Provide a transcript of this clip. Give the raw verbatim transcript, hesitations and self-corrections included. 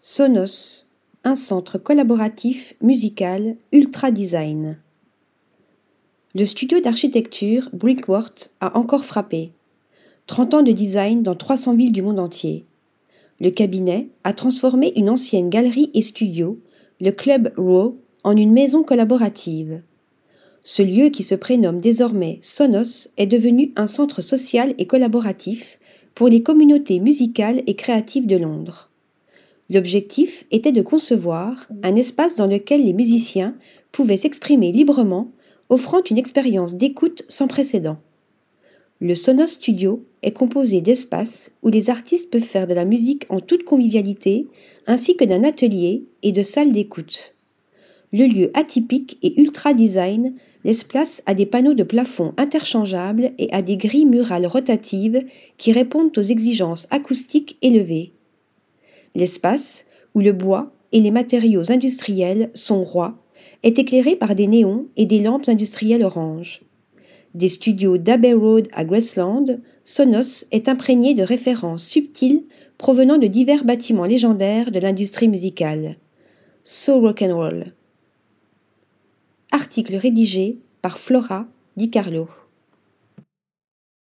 Sonos, un centre collaboratif musical ultra design. Le studio d'architecture Brickworks a encore frappé. trente ans de design dans trois cents villes du monde entier. Le cabinet a transformé une ancienne galerie et studio, le Club Row, en une maison collaborative. Ce lieu qui se prénomme désormais Sonos est devenu un centre social et collaboratif pour les communautés musicales et créatives de Londres. L'objectif était de concevoir un espace dans lequel les musiciens pouvaient s'exprimer librement, offrant une expérience d'écoute sans précédent. Le Sonos Studio est composé d'espaces où les artistes peuvent faire de la musique en toute convivialité, ainsi que d'un atelier et de salles d'écoute. Le lieu atypique et ultra design laisse place à des panneaux de plafond interchangeables et à des grilles murales rotatives qui répondent aux exigences acoustiques élevées. L'espace, où le bois et les matériaux industriels sont rois, est éclairé par des néons et des lampes industrielles orange. Des studios d'Abbey Road à Graceland, Sonos est imprégné de références subtiles provenant de divers bâtiments légendaires de l'industrie musicale. So rock'n'roll. Article rédigé par Flora Di Carlo.